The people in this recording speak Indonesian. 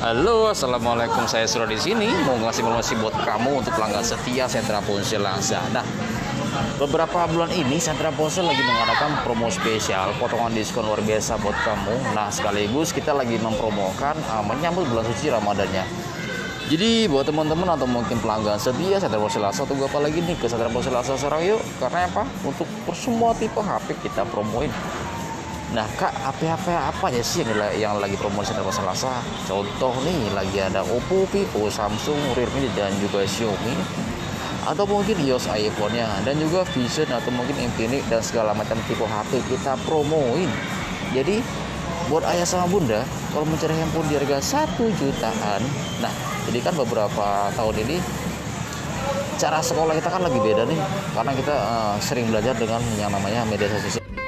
Halo, assalamualaikum. Saya sudah di sini mau ngasih informasi buat kamu untuk pelanggan setia Sentra Ponsel Lazada. Nah, beberapa bulan ini Sentra Ponsel lagi mengadakan promo spesial, potongan diskon luar biasa buat kamu. Nah, sekaligus kita lagi mempromokan menyambut bulan suci Ramadannya. Jadi buat teman-teman atau mungkin pelanggan setia Sentra Ponsel Lazada, tunggu apa lagi nih, ke Sentra Ponsel Lazada sekarang yuk. Karena apa? Untuk semua tipe HP kita promoin. Nah kak, HP apa aja sih yang lagi promosi Sentra Ponsel Lazada? Contoh nih, lagi ada Oppo, Vivo, Samsung, Realme, dan juga Xiaomi. Atau mungkin iOS iPhone-nya, dan juga Vision atau mungkin Infinix dan segala macam tipe HP kita promoin. Jadi buat ayah sama bunda, kalau mencari handphone di harga 1 jutaan, nah jadi kan beberapa tahun ini cara sekolah kita kan lagi beda nih, karena kita sering belajar dengan yang namanya media sosial.